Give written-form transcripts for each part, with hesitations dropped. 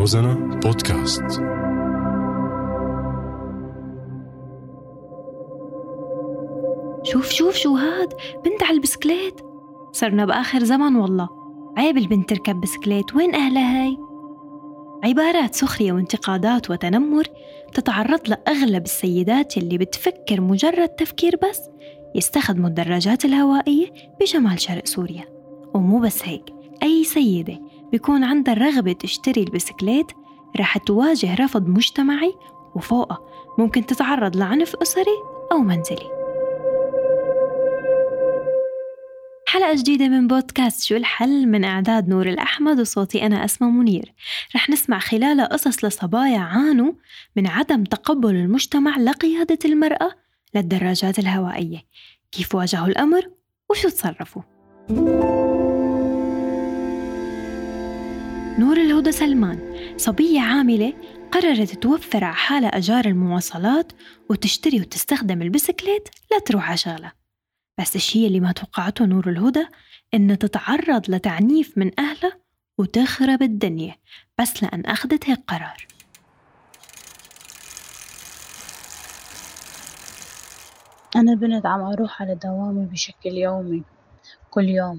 روزانا بودكاست. شوف شو هاد بنت على البسكليت. صرنا بآخر زمن والله، عيب البنت تركب بسكليت، وين أهلها هاي؟ عبارات سخرية وانتقادات وتنمر تتعرض لأغلب السيدات يلي بتفكر مجرد تفكير بس يستخدموا الدراجات الهوائية بشمال شرق سوريا. ومو بس هيك، أي سيدة بيكون عندها رغبة تشتري البسكليت رح تواجه رفض مجتمعي، وفوقها ممكن تتعرض لعنف أسري أو منزلي. حلقة جديدة من بودكاست شو الحل من إعداد نور الأحمد وصوتي أنا أسماء منير. رح نسمع خلالها قصص لصبايا عانوا من عدم تقبل المجتمع لقيادة المرأة للدراجات الهوائية، كيف واجهوا الأمر وشو تصرفوا. نور الهدى سلمان صبية عاملة قررت توفر على حالها أجار المواصلات وتشتري وتستخدم البسكليت لتروح على شغلها. بس الشيء اللي ما توقعته نور الهدى إن تتعرض لتعنيف من أهلها وتخرب الدنيا بس لأن أخذت هيك قرار. أنا بنت عم أروح على دوامي بشكل يومي كل يوم،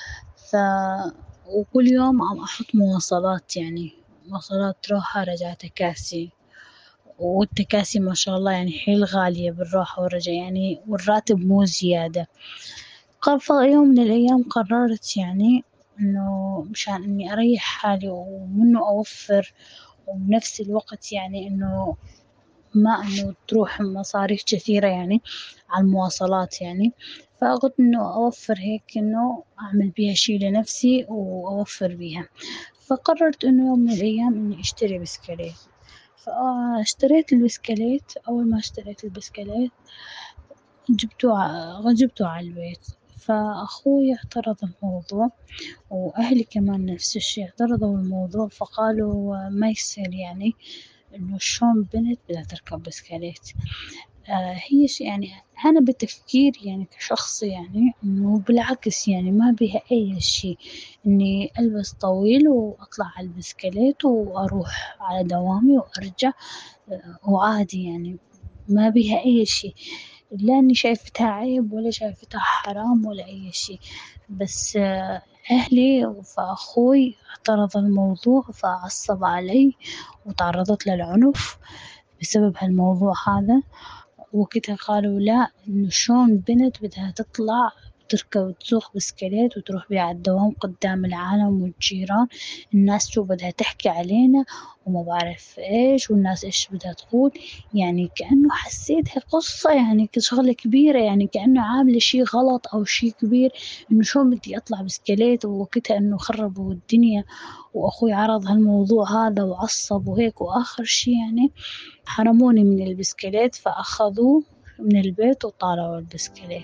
وكل يوم عم أحط مواصلات، يعني مواصلات روحة رجعة تكاسي، والتكاسي ما شاء الله يعني حيل غالية بالروحة والرجعة يعني، والراتب مو زيادة. يوم من الأيام قررت يعني إنه مشان إني أريح حالي ومنه أوفر، وبنفس الوقت يعني إنه إنه تروح مصاريف كثيرة يعني على المواصلات يعني، فقلت إنه أوفر هيك إنه أعمل بيها شي لنفسي وأوفر بيها. فقررت إنه يوم من الأيام إني أشتري بسكليت. فاشتريت البسكليت. أول ما اشتريت البسكليت جبته على البيت، فأخوي اعترض الموضوع، وأهلي كمان نفس الشي اعترضوا الموضوع، فقالوا ما يصير يعني إنه شلون بنت بدها تركب بسكليت. هي يعني أنا بتفكير يعني كشخص يعني إنه بالعكس، يعني ما بها أي شيء إني ألبس طويل وأطلع على البسكليت وأروح على دوامي وأرجع، وعادي يعني ما بها أي شيء، لا إني شايفتها عيب ولا شايفتها حرام ولا أي شيء. بس أهلي فأخوي اعترض الموضوع فعصب علي وتعرضت للعنف بسبب هالموضوع هذا. وقتها قالوا لا، إنه شلون بنت بدها تطلع تركب وتسوق بسكليت وتروح بيها على الدوام قدام العالم والجيران، الناس شو بدها تحكي علينا وما بعرف إيش، والناس إيش بدها تقول. يعني كأنه حسيتها قصة يعني كشغلة كبيرة، يعني كأنه عاملة شي غلط أو شي كبير، إنه شلون بدي أطلع بسكليت. ووقتها إنه خربوا الدنيا، وأخوي عرض هالموضوع هذا وعصب وهيك، وآخر شي يعني حرموني من البسكليت، فأخذوه من البيت وطالعوا البسكليت.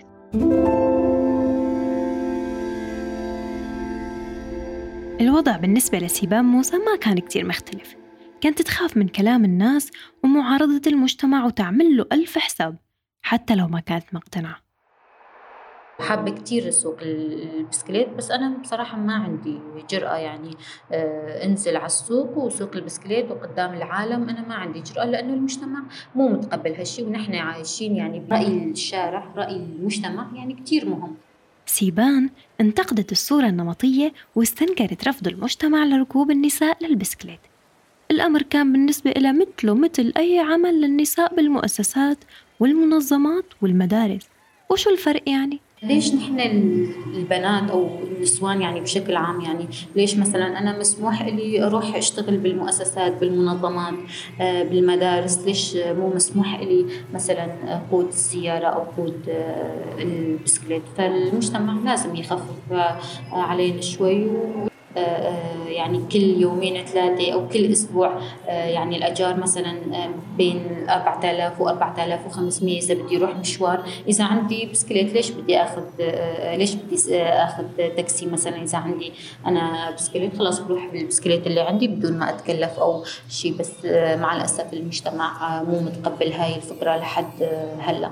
الوضع بالنسبة لسيبان موسى ما كان كتير مختلف، كانت تخاف من كلام الناس ومعارضة المجتمع وتعمل له ألف حساب حتى لو ما كانت مقتنعة. حابة كتير أسوق البسكليت، بس أنا بصراحة ما عندي جرأة يعني أنزل على السوق وسوق البسكليت وقدام العالم. أنا ما عندي جرأة لأنه المجتمع مو متقبل هالشي، ونحن عايشين يعني برأي الشارع، رأي المجتمع يعني كتير مهم. سيبان انتقدت الصورة النمطية واستنكرت رفض المجتمع لركوب النساء للبسكليت. الأمر كان بالنسبة إلى مثل أي عمل للنساء بالمؤسسات والمنظمات والمدارس. وشو الفرق يعني؟ ليش نحن البنات أو النسوان يعني بشكل عام، يعني ليش مثلا أنا مسموح لي أروح أشتغل بالمؤسسات بالمنظمات بالمدارس، ليش مو مسموح لي مثلا قود السيارة أو قود البسكليت؟ فالمجتمع لازم يخفف علينا شوي، يعني كل يومين 3 أو كل أسبوع يعني الأجار مثلا بين 4000 و 4500 إذا بدي أروح مشوار. إذا عندي بسكليت ليش بدي أخذ تاكسي مثلا؟ إذا عندي أنا بسكليت خلاص بروح بالبسكليت اللي عندي بدون ما أتكلف أو شيء. بس مع الأسف المجتمع مو متقبل هاي الفكرة لحد هلأ.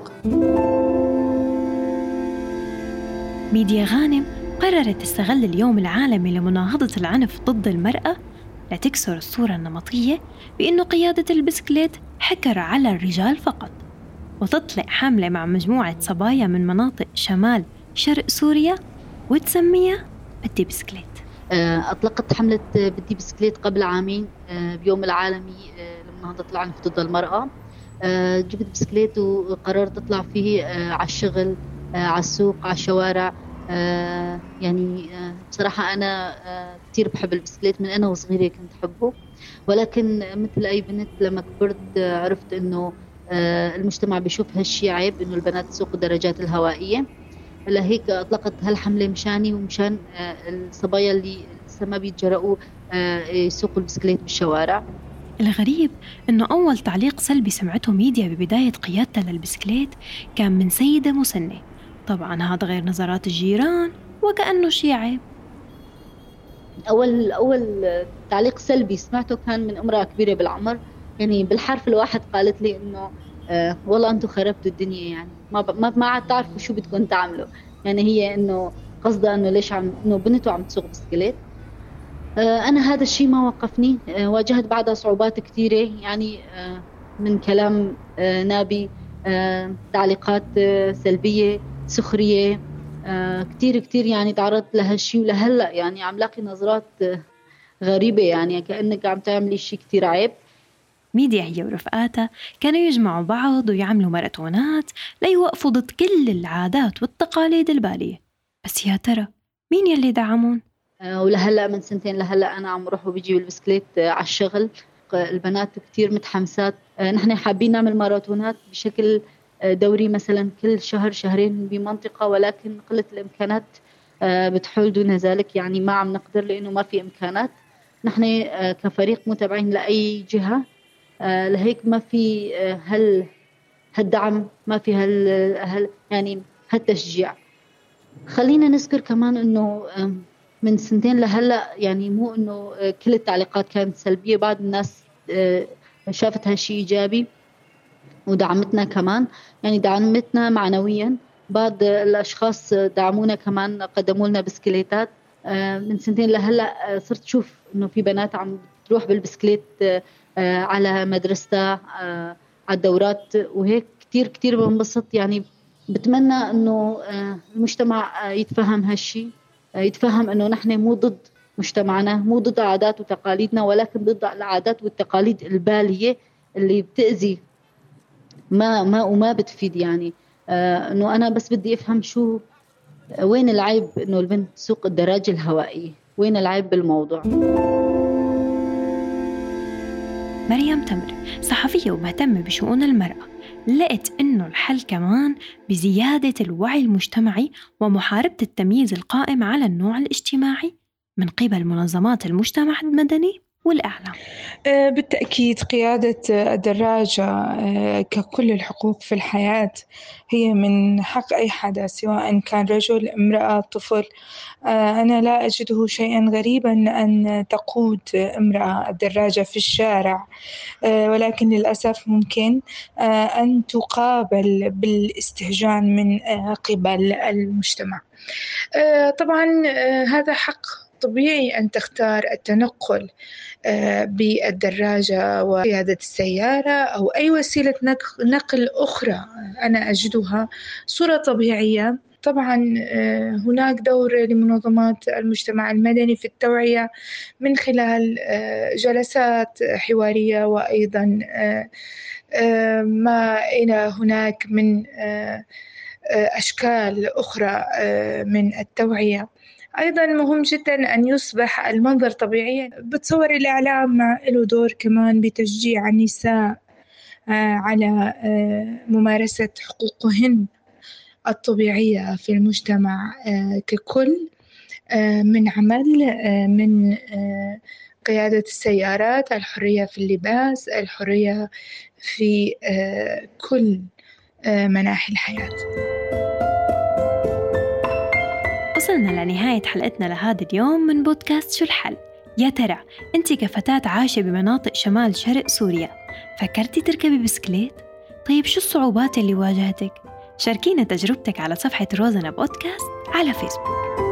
ميديا غانم قررت تستغل اليوم العالمي لمناهضة العنف ضد المرأة لتكسر الصورة النمطية بأنه قيادة البسكليت حكر على الرجال فقط، وتطلق حملة مع مجموعة صبايا من مناطق شمال شرق سوريا وتسميها بدي بسكليت. أطلقت حملة بدي بسكليت قبل عامين بيوم العالمي للنهضة العنف ضد المرأة. جبت بسكليت وقررت أطلع فيه على الشغل، على السوق، على الشوارع. يعني بصراحة أنا كتير بحب البسكليت من أنا وصغيرة، كنت أحبه، ولكن مثل أي بنت لما كبرت عرفت إنه المجتمع بيشوف هالشي عيب، إنه البنات تسوق الدراجات الهوائية. لهيك أطلقت هالحملة مشاني ومشان الصبايا اللي لسه ما بيتجرؤوا يسوقوا البسكليت بالشوارع. الغريب إنه أول تعليق سلبي سمعته ميديا ببداية قيادتها للبسكليت كان من سيدة مسنة. طبعاً هذا غير نظرات الجيران وكأنه شيء عيب. أول تعليق سلبي سمعته كان من امرأة كبيرة بالعمر، يعني بالحرف الواحد قالت لي إنه والله أنتوا خربتوا الدنيا، يعني ما عاد تعرفوا شو بدكم تعملوا. يعني هي إنه قصدها إنه ليش إنه بنته عم تسوق بسكليت. أنا هذا الشيء ما وقفني، واجهت بعدها صعوبات كثيرة، يعني من كلام نابي، تعليقات سلبية، سخرية، كتير يعني تعرضت لهالشي، ولهلأ يعني عم لاقي نظرات غريبة، يعني كأنك عم تعملي شي كتير عيب. ميديا هي ورفقاتها كانوا يجمعوا بعض ويعملوا ماراثونات ليوقفوا ضد كل العادات والتقاليد البالية. بس يا ترى مين يلي دعمون؟ ولهلأ من سنتين لهلأ أنا عم بروح وبيجي بالبسكليت على الشغل. البنات كتير متحمسات. نحن حابين نعمل ماراثونات بشكل دوري، مثلا كل شهر شهرين بمنطقة، ولكن قلة الإمكانات بتحول دون ذلك، يعني ما عم نقدر لأنه ما في إمكانات. نحن كفريق متابعين لأي جهة، لهيك ما في هالدعم، ما في يعني هالتشجيع. خلينا نذكر كمان إنه من سنتين لهلأ يعني مو إنه كل التعليقات كانت سلبية، بعض الناس شافت هالشي إيجابي ودعمتنا كمان، يعني دعمتنا معنويا. بعض الأشخاص دعمونا كمان، قدموا لنا بسكليتات. من سنتين لهلأ صرت شوف إنه في بنات عم تروح بالبسكليت على مدرستها، على الدورات، وهيك كتير بنبسط. يعني بتمنى إنه المجتمع يتفهم هالشي، يتفهم إنه نحن مو ضد مجتمعنا، مو ضد عادات وتقاليدنا، ولكن ضد العادات والتقاليد البالية اللي بتأذي وما بتفيد. يعني إنه أنا بس بدي أفهم شو وين العيب إنه البنت تسوق الدراجة الهوائية، وين العيب بالموضوع. مريم تمر صحفية ومهتمة بشؤون المرأة، لقت إنه الحل كمان بزيادة الوعي المجتمعي ومحاربة التمييز القائم على النوع الاجتماعي من قبل منظمات المجتمع المدني والإعلام. بالتأكيد قيادة الدراجة ككل الحقوق في الحياة هي من حق أي حدا، سواء كان رجل، امرأة، طفل. أنا لا أجده شيئا غريبا أن تقود امرأة الدراجة في الشارع، ولكن للأسف ممكن أن تقابل بالاستهجان من قبل المجتمع. طبعا هذا حق طبيعي أن تختار التنقل بالدراجة وقيادة السيارة أو أي وسيلة نقل أخرى. أنا أجدها صورة طبيعية. طبعا هناك دور لمنظمات المجتمع المدني في التوعية من خلال جلسات حوارية، وأيضا ما إلى هناك من أشكال أخرى من التوعية. أيضا مهم جدا أن يصبح المنظر طبيعيا. بتصور الإعلام له دور كمان بتشجيع النساء على ممارسة حقوقهن الطبيعية في المجتمع ككل، من عمل، من قيادة السيارات، الحرية في اللباس، الحرية في كل مناحي الحياة. وصلنا لنهاية حلقتنا لهذا اليوم من بودكاست شو الحل. يا ترى أنت كفتاة عايشة بمناطق شمال شرق سوريا فكرتي تركبي بسكليت؟ طيب شو الصعوبات اللي واجهتك؟ شاركينا تجربتك على صفحة روزانا بودكاست على فيسبوك.